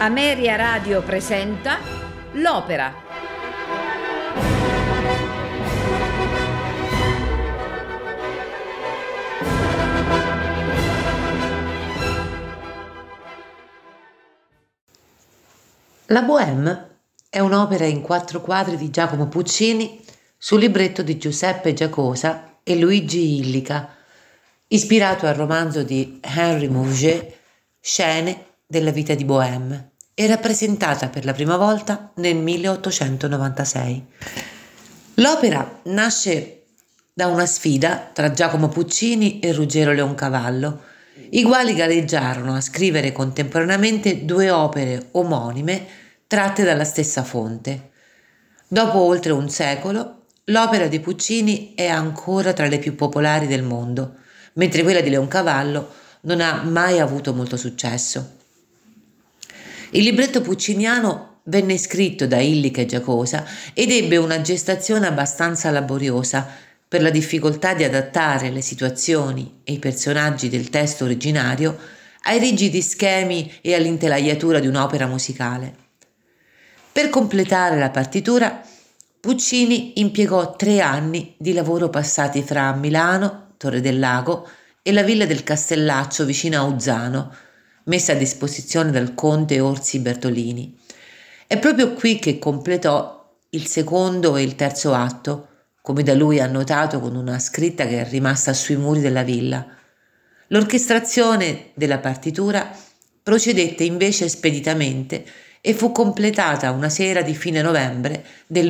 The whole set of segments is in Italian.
Ameria Radio presenta L'Opera. La Bohème è un'opera in 4 quadri di Giacomo Puccini sul libretto di Giuseppe Giacosa e Luigi Illica, ispirato al romanzo di Henri Murger, Scene della vita di Bohème, e rappresentata per la prima volta nel 1896. L'opera nasce da una sfida tra Giacomo Puccini e Ruggero Leoncavallo, i quali gareggiarono a scrivere contemporaneamente 2 opere omonime tratte dalla stessa fonte. Dopo oltre un secolo, l'opera di Puccini è ancora tra le più popolari del mondo, mentre quella di Leoncavallo non ha mai avuto molto successo. Il libretto pucciniano venne scritto da Illica e Giacosa ed ebbe una gestazione abbastanza laboriosa per la difficoltà di adattare le situazioni e i personaggi del testo originario ai rigidi schemi e all'intelaiatura di un'opera musicale. Per completare la partitura, Puccini impiegò 3 anni di lavoro passati fra Milano, Torre del Lago e la villa del Castellaccio vicino a Uzzano, messa a disposizione dal conte Orsi Bertolini. È proprio qui che completò il secondo e il terzo atto, come da lui annotato con una scritta che è rimasta sui muri della villa. L'orchestrazione della partitura procedette invece speditamente e fu completata una sera di fine novembre del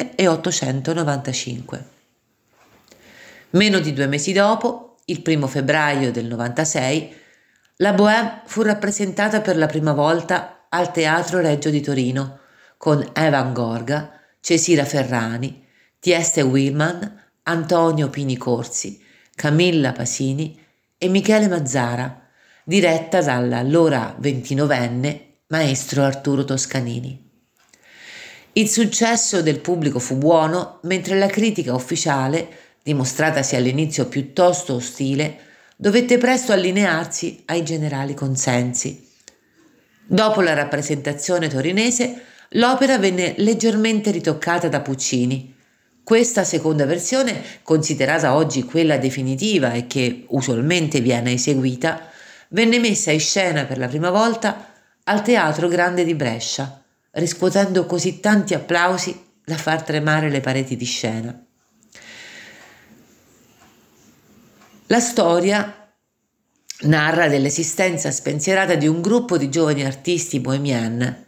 1895. Meno di 2 mesi dopo, il 1 febbraio del 96, la Bohème fu rappresentata per la prima volta al Teatro Regio di Torino con Evan Gorga, Cesira Ferrani, Tieste Willman, Antonio Pini Corsi, Camilla Pasini e Michele Mazzara, diretta dall'allora 29enne maestro Arturo Toscanini. Il successo del pubblico fu buono, mentre la critica ufficiale, dimostratasi all'inizio piuttosto ostile, dovette presto allinearsi ai generali consensi. Dopo la rappresentazione torinese, l'opera venne leggermente ritoccata da Puccini. Questa seconda versione, considerata oggi quella definitiva e che usualmente viene eseguita, venne messa in scena per la prima volta al Teatro Grande di Brescia, riscuotendo così tanti applausi da far tremare le pareti di scena. La storia narra dell'esistenza spensierata di un gruppo di giovani artisti bohemian.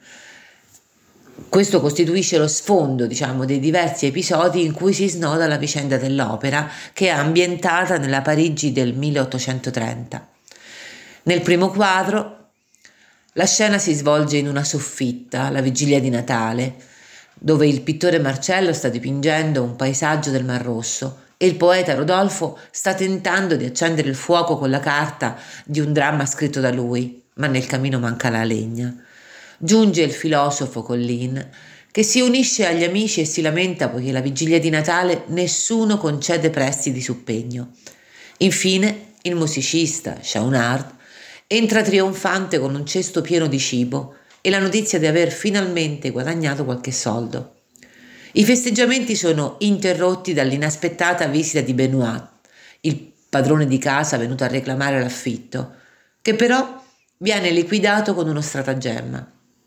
Questo costituisce lo sfondo, dei diversi episodi in cui si snoda la vicenda dell'opera, che è ambientata nella Parigi del 1830. Nel primo quadro, la scena si svolge in una soffitta, la vigilia di Natale, dove il pittore Marcello sta dipingendo un paesaggio del Mar Rosso e il poeta Rodolfo sta tentando di accendere il fuoco con la carta di un dramma scritto da lui, ma nel camino manca la legna. Giunge il filosofo Collin, che si unisce agli amici e si lamenta poiché la vigilia di Natale nessuno concede prestiti su pegno. Infine, il musicista Chaunard entra trionfante con un cesto pieno di cibo e la notizia di aver finalmente guadagnato qualche soldo. I festeggiamenti sono interrotti dall'inaspettata visita di Benoît, il padrone di casa venuto a reclamare l'affitto, che però viene liquidato con uno stratagemma.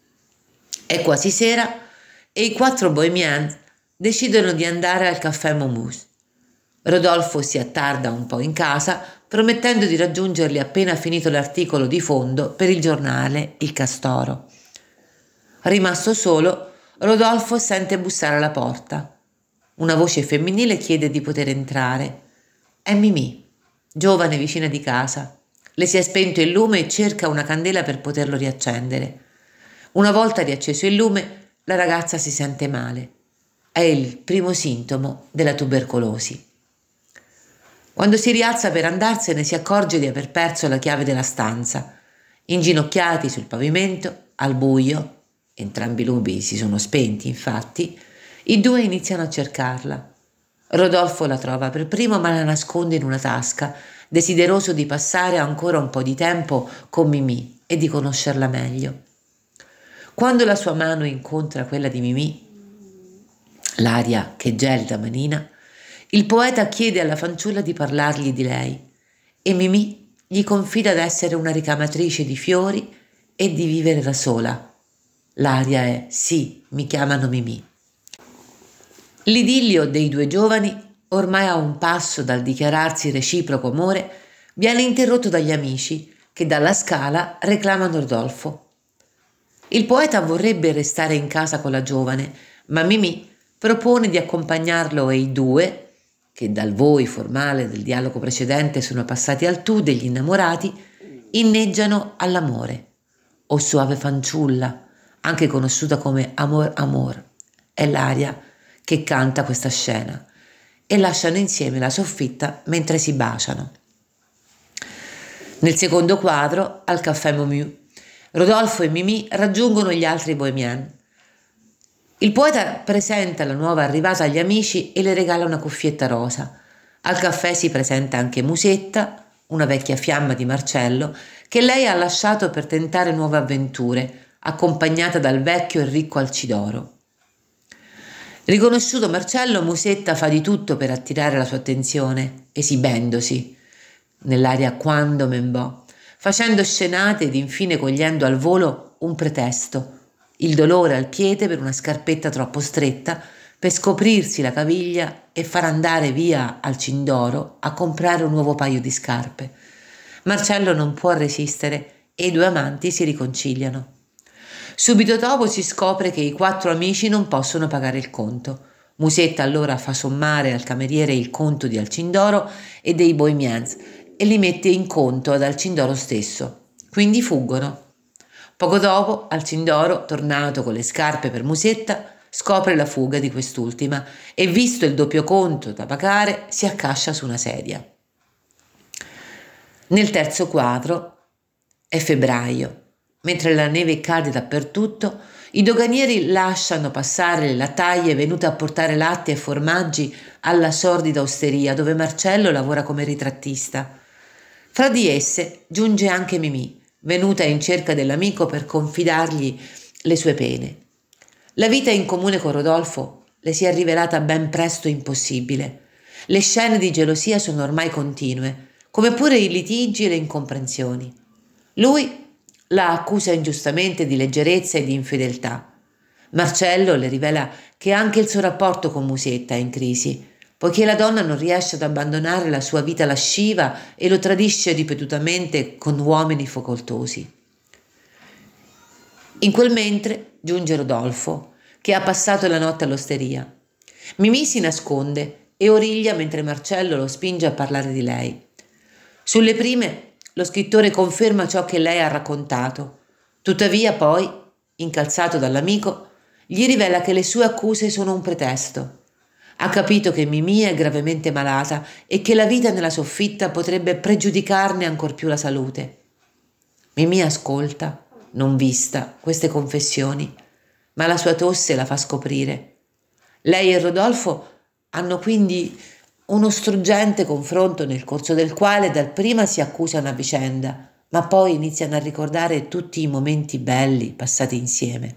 È quasi sera e i 4 bohemians decidono di andare al caffè Momus. Rodolfo si attarda un po' in casa, promettendo di raggiungerli appena finito l'articolo di fondo per il giornale Il Castoro. Rimasto solo, Rodolfo sente bussare alla porta. Una voce femminile chiede di poter entrare. È Mimì, giovane vicina di casa. Le si è spento il lume e cerca una candela per poterlo riaccendere. Una volta riacceso il lume, la ragazza si sente male. È il primo sintomo della tubercolosi. Quando si rialza per andarsene si accorge di aver perso la chiave della stanza. Inginocchiati sul pavimento, al buio, entrambi i lumi si sono spenti infatti, i 2 iniziano a cercarla. Rodolfo la trova per primo ma la nasconde in una tasca, desideroso di passare ancora un po' di tempo con Mimì e di conoscerla meglio. Quando la sua mano incontra quella di Mimì, l'aria che gelida manina, il poeta chiede alla fanciulla di parlargli di lei e Mimì gli confida d'essere una ricamatrice di fiori e di vivere da sola. L'aria è «Sì, mi chiamano Mimì». L'idillio dei due giovani, ormai a un passo dal dichiararsi reciproco amore, viene interrotto dagli amici che dalla scala reclamano Rodolfo. Il poeta vorrebbe restare in casa con la giovane, ma Mimì propone di accompagnarlo e i due, che dal voi formale del dialogo precedente sono passati al tu degli innamorati, inneggiano all'amore. O soave fanciulla, anche conosciuta come Amor Amor, è l'aria che canta questa scena, e lasciano insieme la soffitta mentre si baciano. Nel secondo quadro, al caffè Momieux, Rodolfo e Mimì raggiungono gli altri bohemian. Il poeta presenta la nuova arrivata agli amici e le regala una cuffietta rosa. Al caffè si presenta anche Musetta, una vecchia fiamma di Marcello, che lei ha lasciato per tentare nuove avventure, accompagnata dal vecchio e ricco Alcidoro. Riconosciuto Marcello, Musetta fa di tutto per attirare la sua attenzione, esibendosi nell'aria Quando men va, facendo scenate ed infine cogliendo al volo un pretesto, il dolore al piede per una scarpetta troppo stretta, per scoprirsi la caviglia e far andare via Alcindoro a comprare un nuovo paio di scarpe. Marcello non può resistere e i due amanti si riconciliano. Subito dopo si scopre che i quattro amici non possono pagare il conto. Musetta allora fa sommare al cameriere il conto di Alcindoro e dei bohemians e li mette in conto ad Alcindoro stesso. Quindi fuggono. Poco dopo Alcindoro, tornato con le scarpe per Musetta, scopre la fuga di quest'ultima e, visto il doppio conto da pagare, si accascia su una sedia. Nel terzo quadro è febbraio. Mentre la neve cade dappertutto, i doganieri lasciano passare le lattaie venute a portare latte e formaggi alla sordida osteria dove Marcello lavora come ritrattista. Fra di esse giunge anche Mimì, venuta in cerca dell'amico per confidargli le sue pene. La vita in comune con Rodolfo le si è rivelata ben presto impossibile. Le scene di gelosia sono ormai continue, come pure i litigi e le incomprensioni. Lui la accusa ingiustamente di leggerezza e di infedeltà. Marcello le rivela che anche il suo rapporto con Musetta è in crisi, poiché la donna non riesce ad abbandonare la sua vita lasciva e lo tradisce ripetutamente con uomini facoltosi. In quel mentre giunge Rodolfo, che ha passato la notte all'osteria. Mimì si nasconde e origlia mentre Marcello lo spinge a parlare di lei. Sulle prime, lo scrittore conferma ciò che lei ha raccontato. Tuttavia poi, incalzato dall'amico, gli rivela che le sue accuse sono un pretesto. Ha capito che Mimì è gravemente malata e che la vita nella soffitta potrebbe pregiudicarne ancor più la salute. Mimì ascolta, non vista, queste confessioni, ma la sua tosse la fa scoprire. Lei e Rodolfo hanno quindi uno struggente confronto nel corso del quale dapprima si accusano a vicenda, ma poi iniziano a ricordare tutti i momenti belli passati insieme.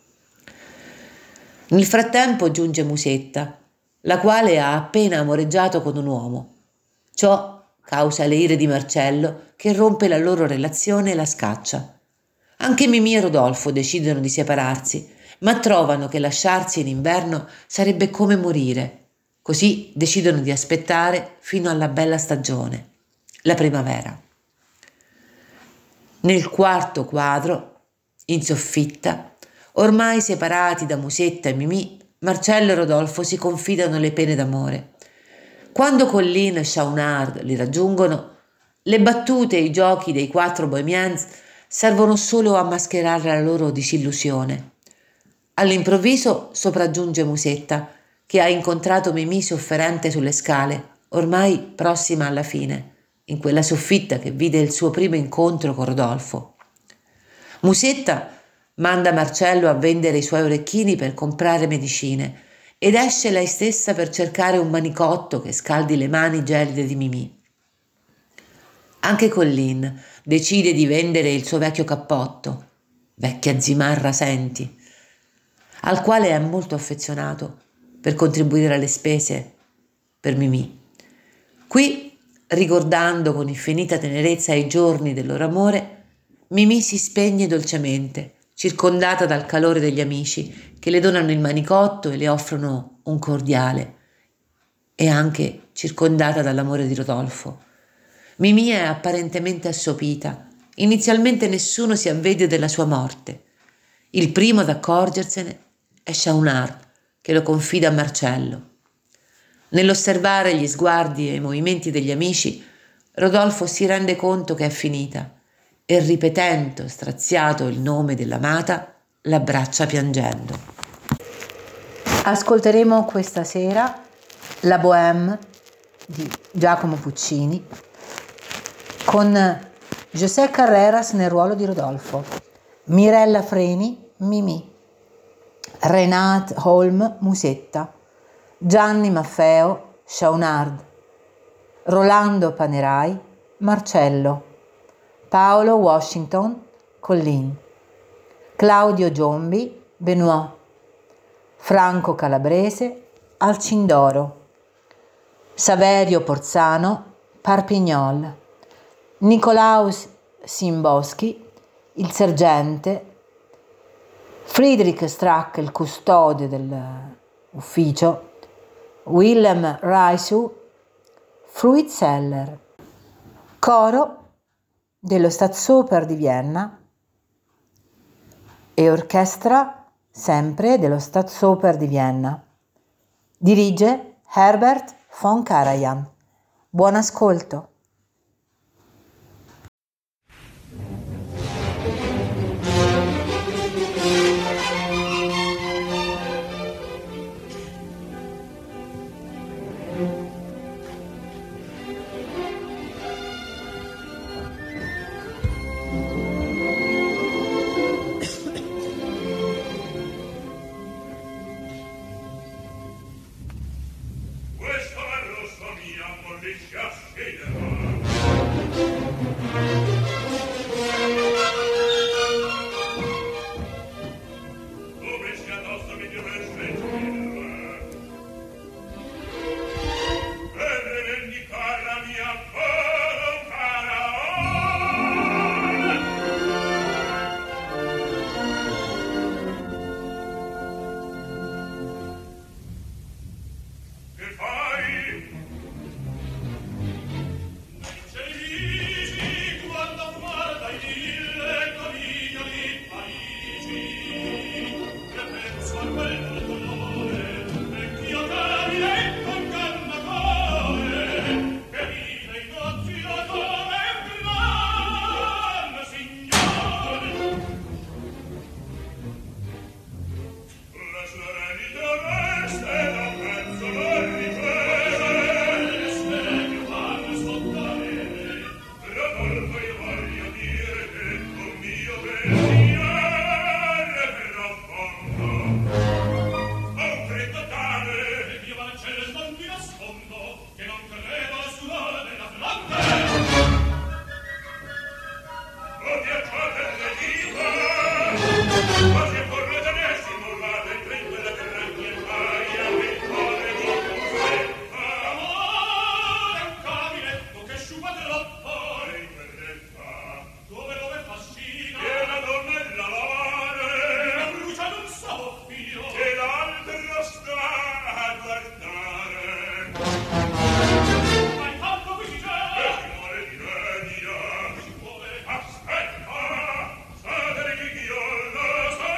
Nel frattempo giunge Musetta, la quale ha appena amoreggiato con un uomo. Ciò causa le ire di Marcello, che rompe la loro relazione e la scaccia. Anche Mimì e Rodolfo decidono di separarsi, ma trovano che lasciarsi in inverno sarebbe come morire. Così decidono di aspettare fino alla bella stagione, la primavera. Nel quarto quadro, in soffitta, ormai separati da Musetta e Mimì, Marcello e Rodolfo si confidano le pene d'amore. Quando Colline e Chaunard li raggiungono, le battute e i giochi dei quattro bohemians servono solo a mascherare la loro disillusione. All'improvviso sopraggiunge Musetta, che ha incontrato Mimì sofferente sulle scale, ormai prossima alla fine, in quella soffitta che vide il suo primo incontro con Rodolfo. Musetta manda Marcello a vendere i suoi orecchini per comprare medicine ed esce lei stessa per cercare un manicotto che scaldi le mani gelide di Mimì. Anche Colline decide di vendere il suo vecchio cappotto. vecchia zimarra senti, al quale è molto affezionato per contribuire alle spese per Mimì. Qui, ricordando con infinita tenerezza i giorni del loro amore, Mimì si spegne dolcemente, circondata dal calore degli amici che le donano il manicotto e le offrono un cordiale, e anche circondata dall'amore di Rodolfo. Mimì è apparentemente assopita. Inizialmente nessuno si avvede della sua morte. Il primo ad accorgersene è Schaunard, che lo confida a Marcello. Nell'osservare gli sguardi e i movimenti degli amici, Rodolfo si rende conto che è finita e, ripetendo straziato il nome dell'amata, l'abbraccia piangendo. Ascolteremo questa sera la Bohème di Giacomo Puccini con José Carreras nel ruolo di Rodolfo, Mirella Freni, Mimì, Renate Holm, Musetta, Gianni Maffeo, Schaunard, Rolando Panerai, Marcello, Paolo Washington, Collin, Claudio Giombi, Benoît, Franco Calabrese, Alcindoro, Saverio Porzano, Parpignol, Nicolaus Simboschi, il sergente, Friedrich Strack, il custode dell'ufficio, Willem Reisu, Fruitseller, coro dello Staatsoper di Vienna e orchestra sempre dello Staatsoper di Vienna. Dirige Herbert von Karajan. Buon ascolto. Aspetta, sadere chi io lo so.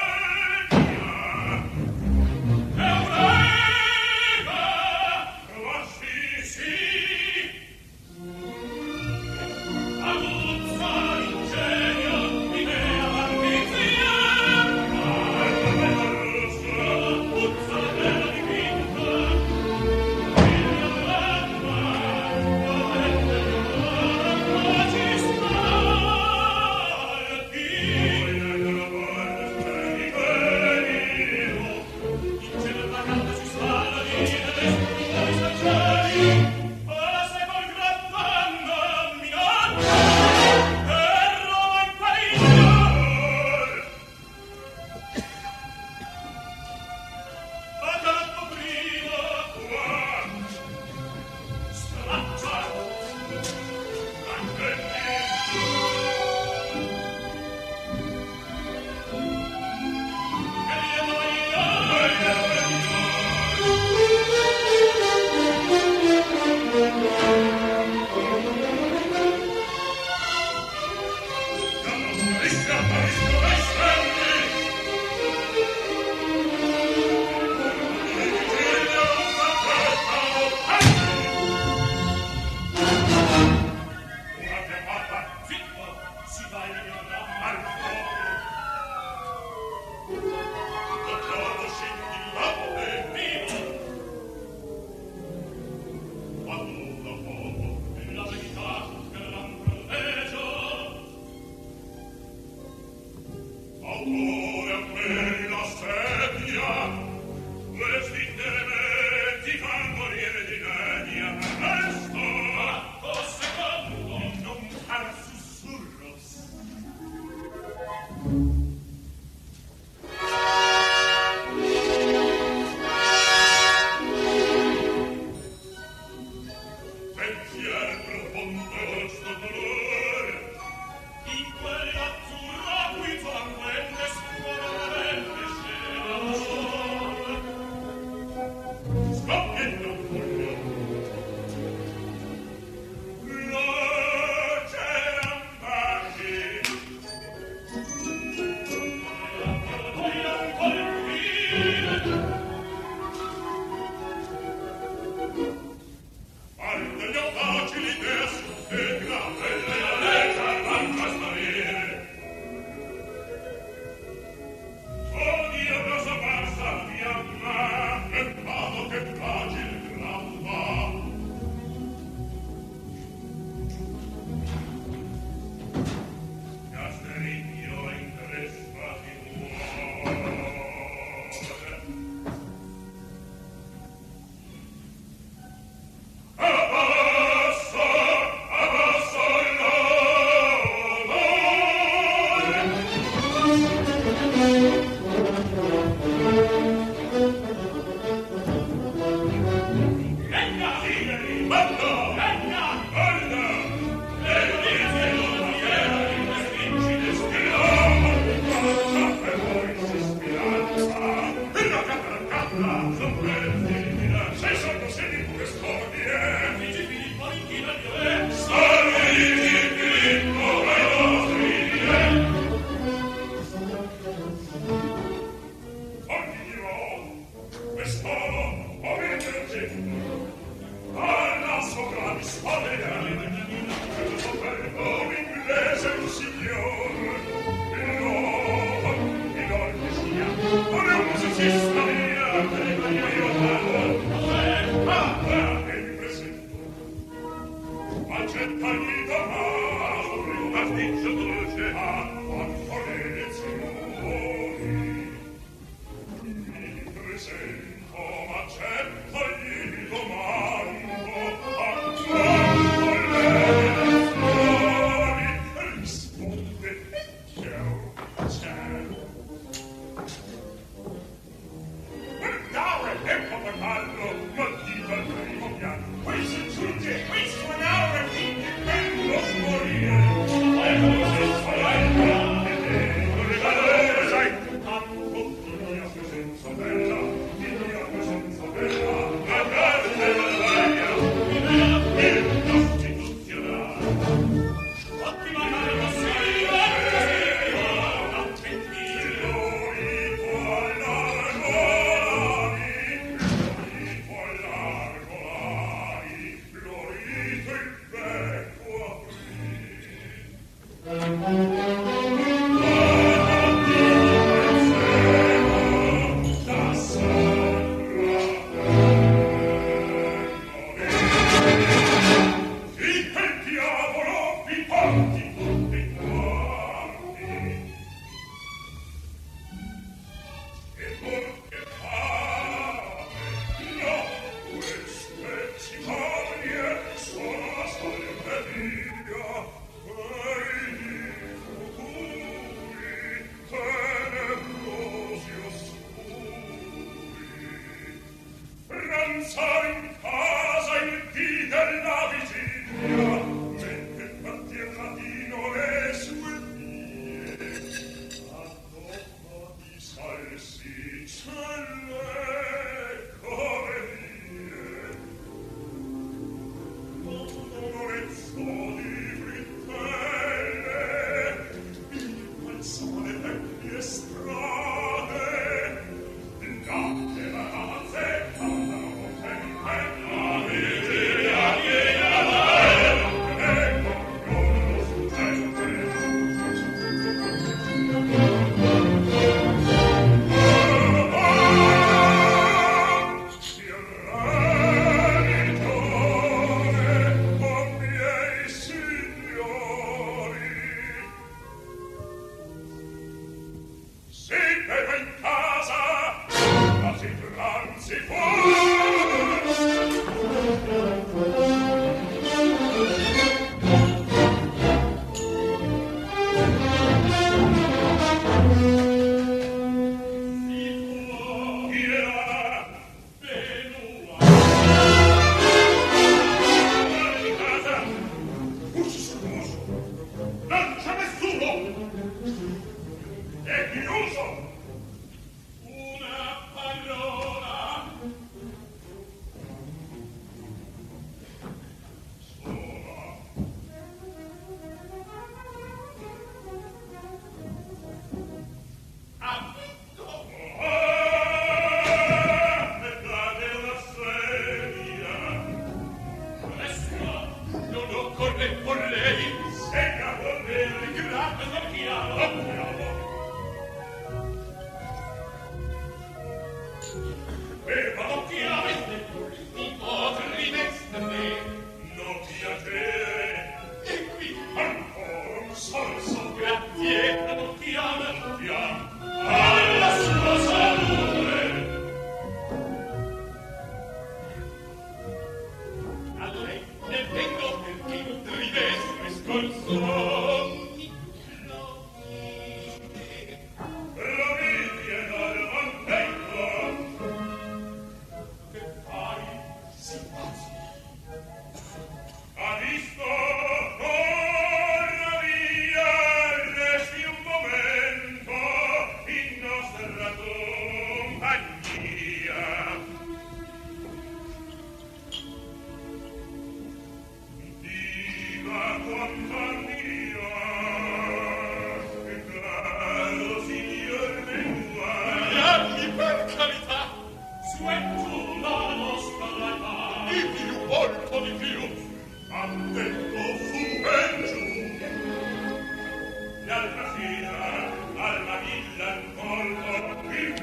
L'altra sera alla villa in collo il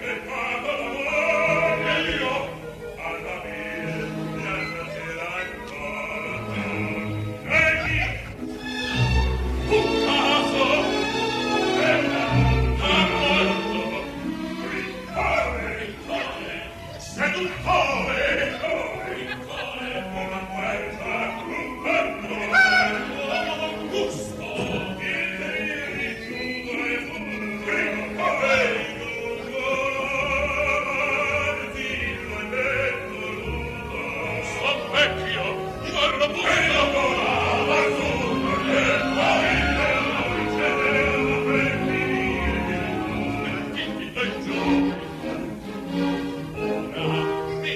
Mi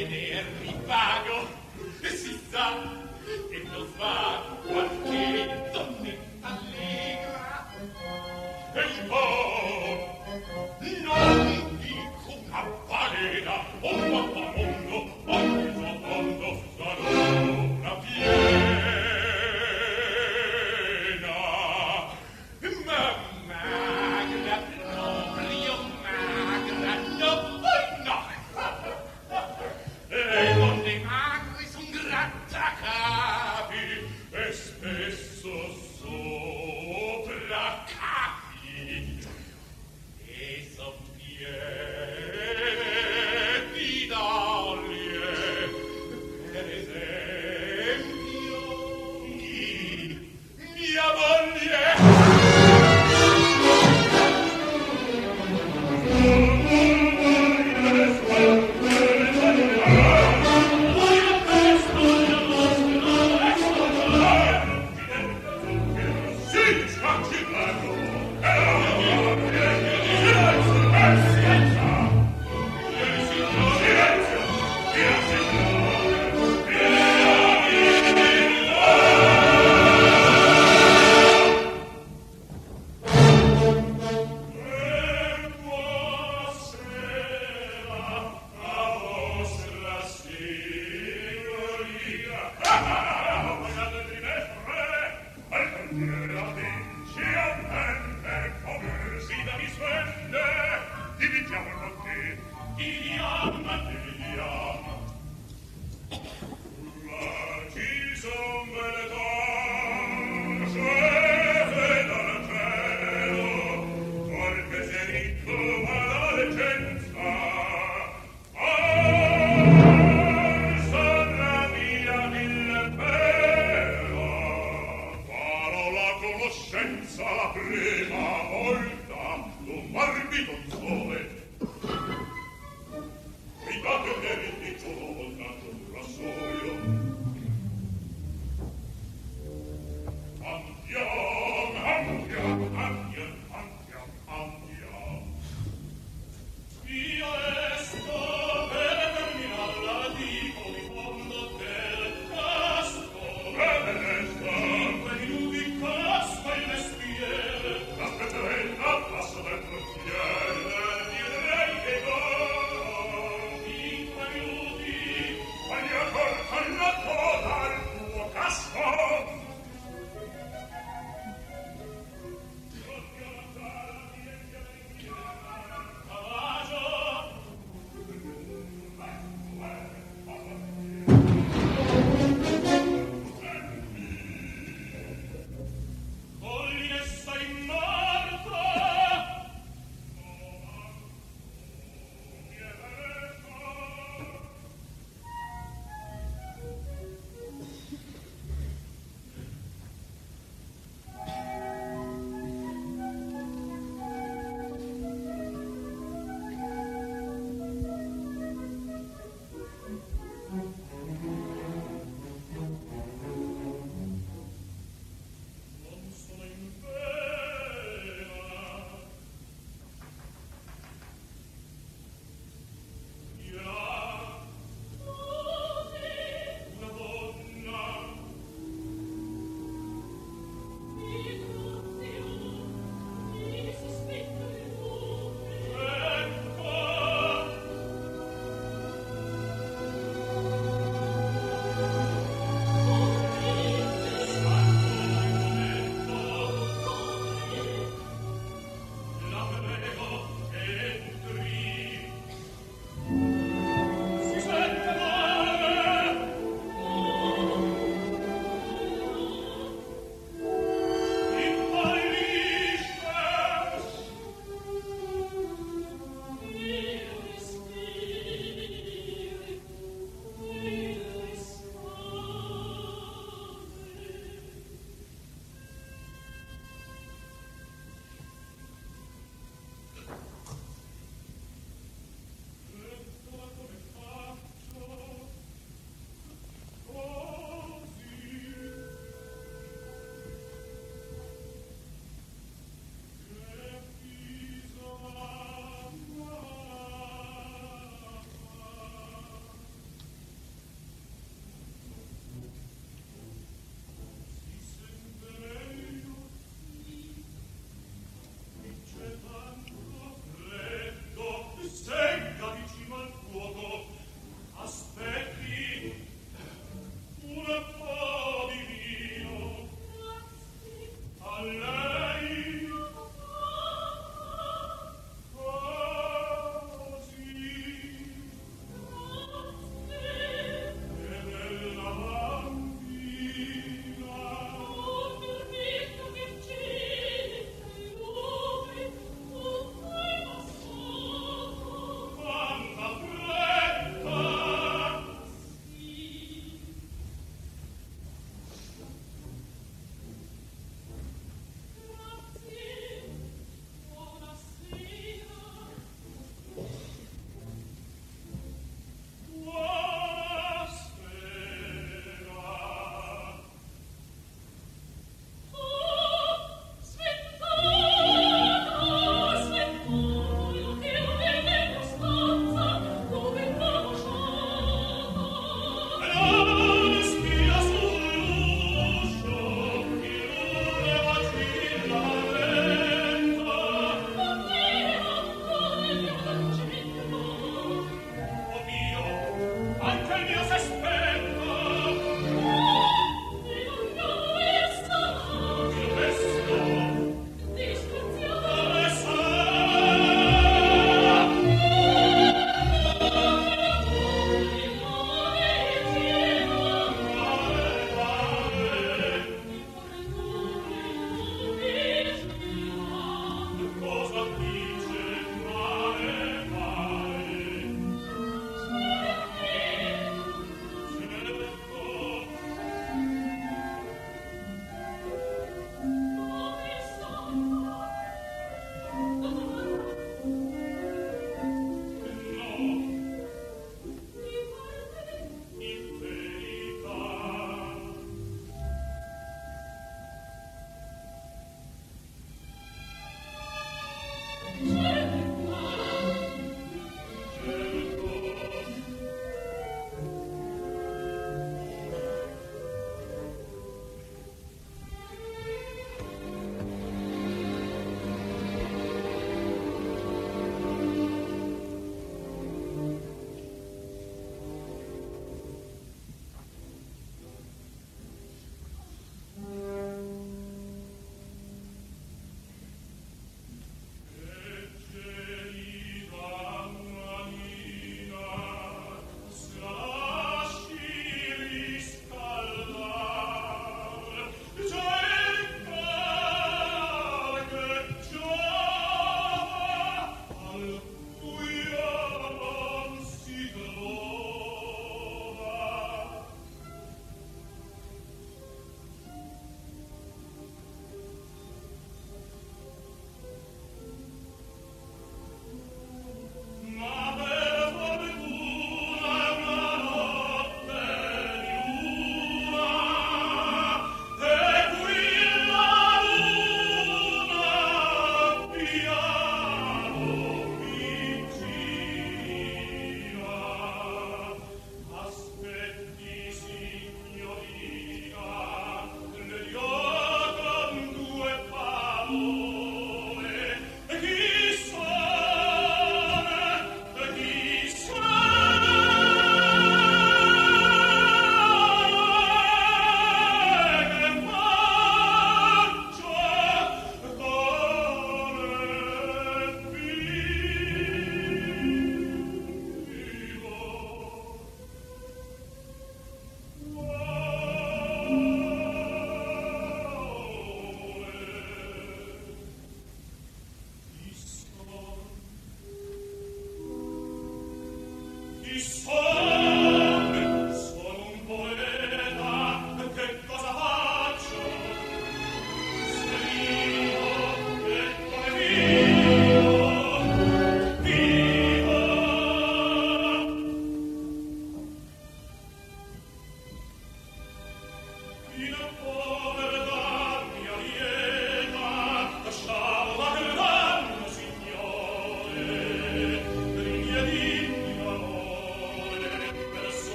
Signore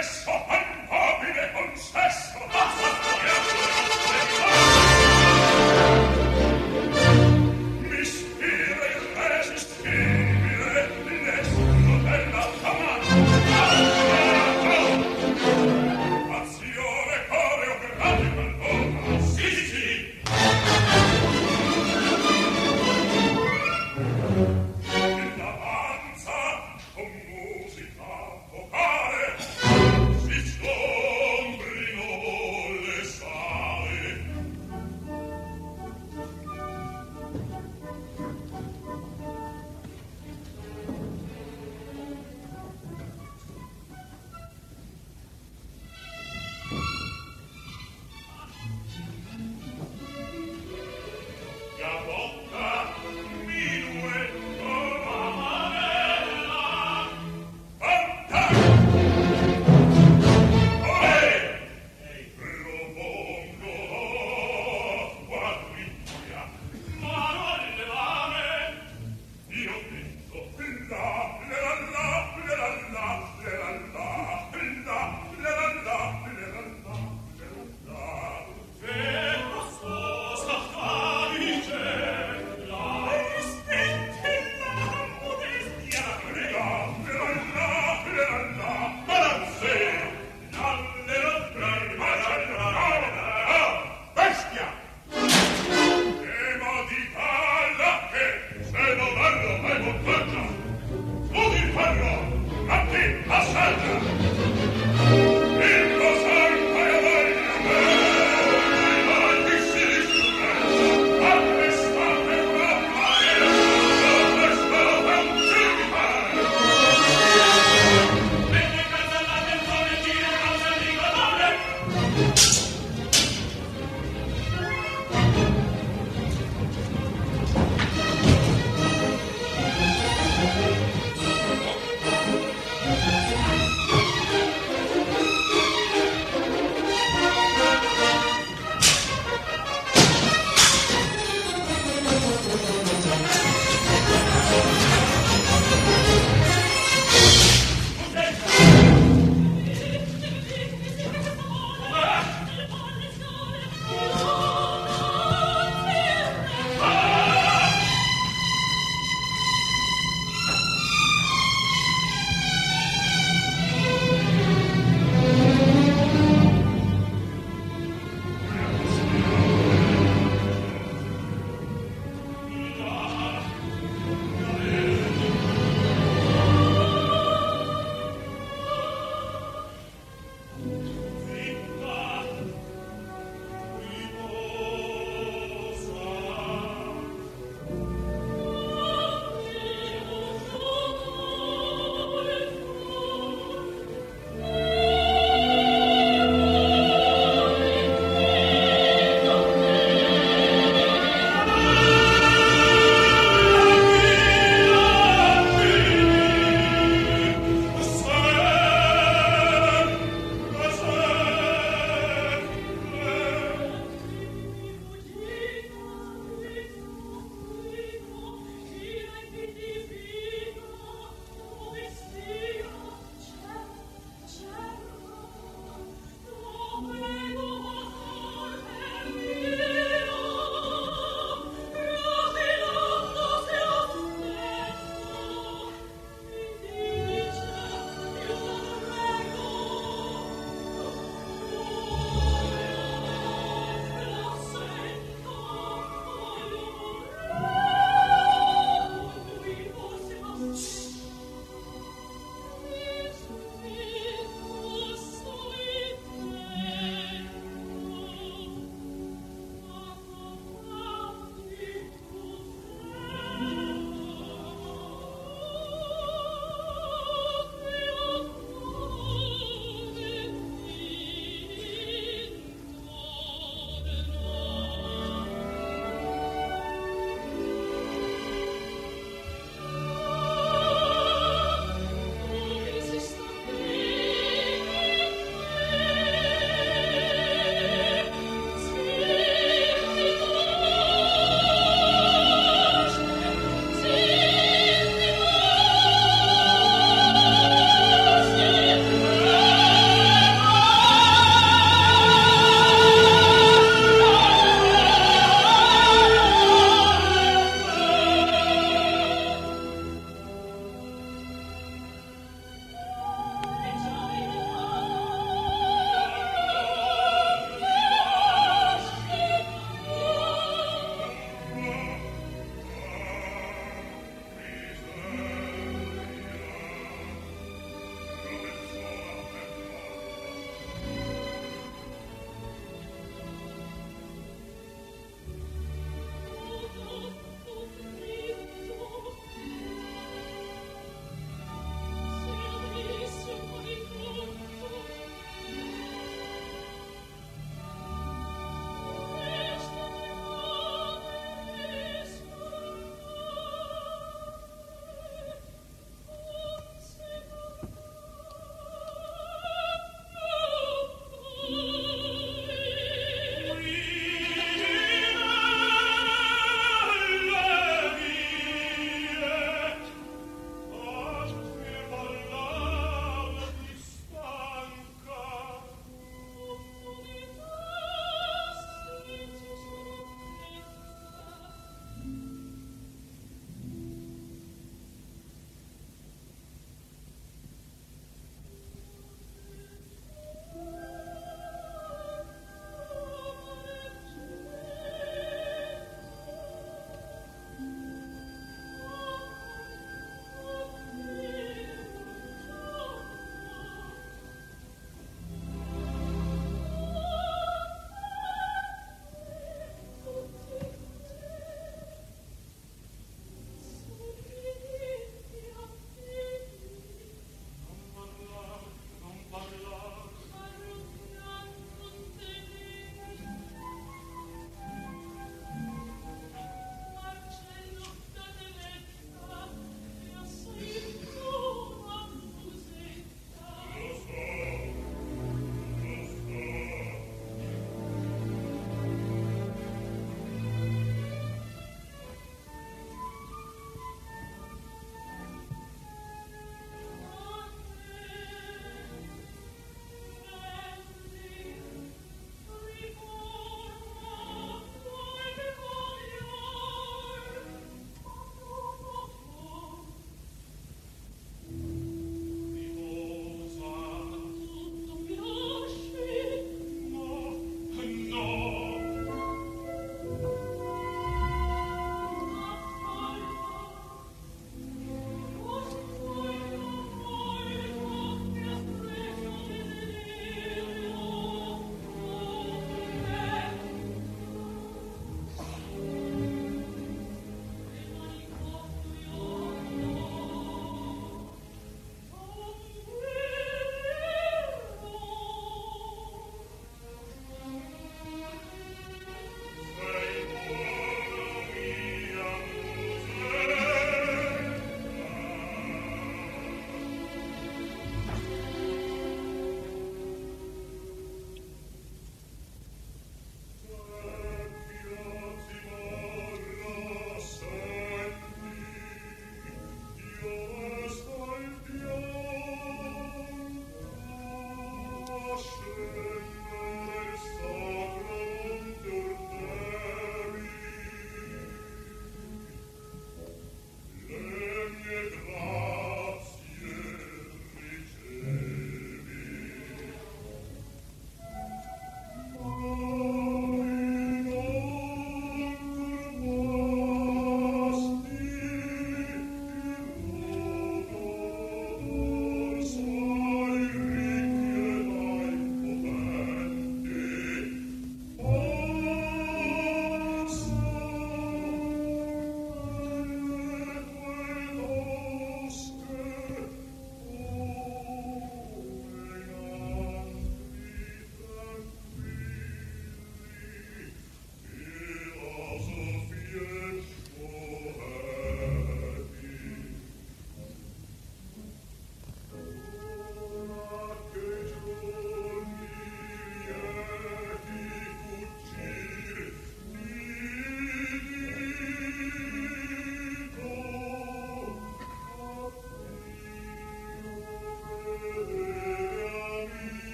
Sì,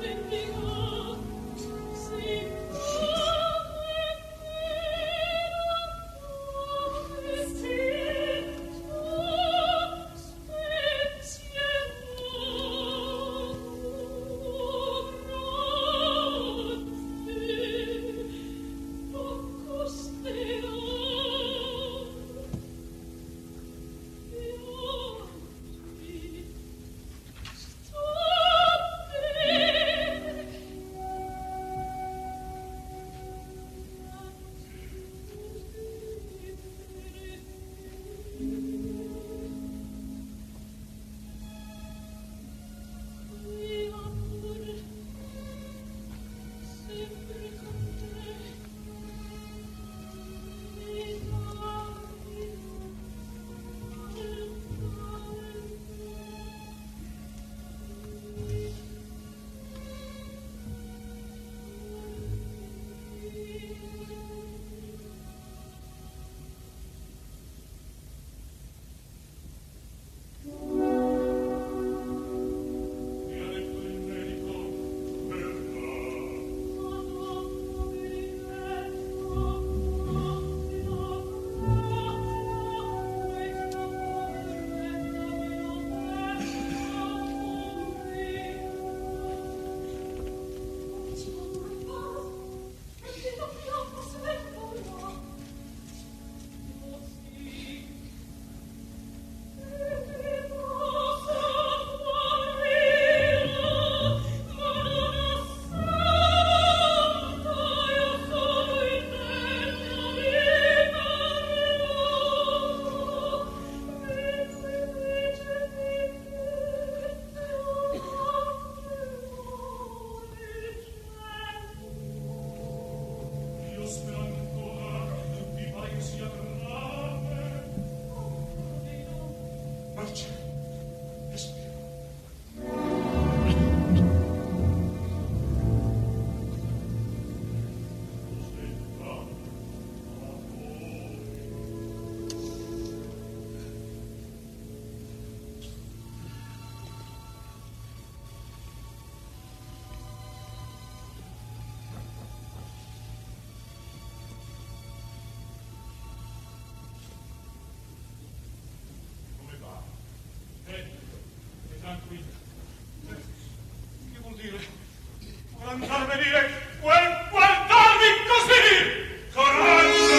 Andar venire guardarmi così! Coraggio!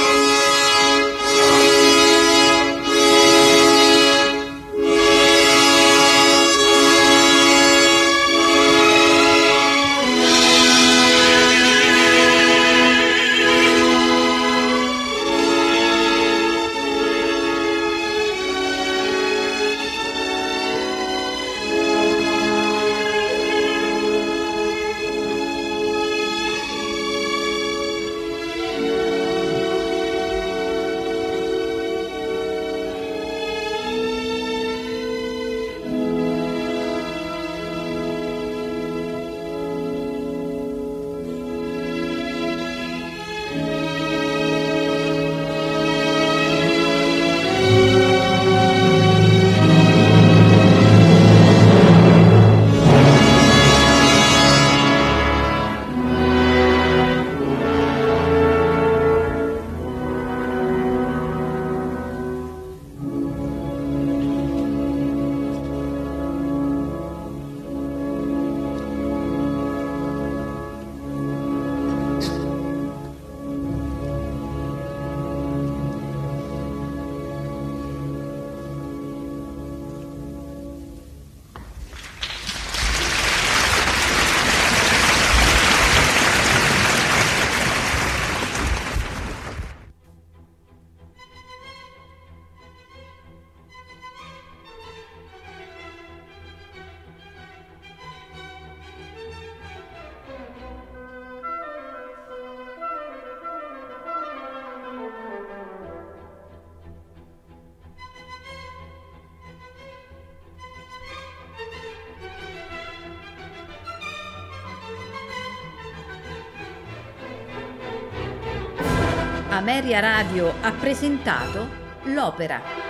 Ameria Radio ha presentato l'opera.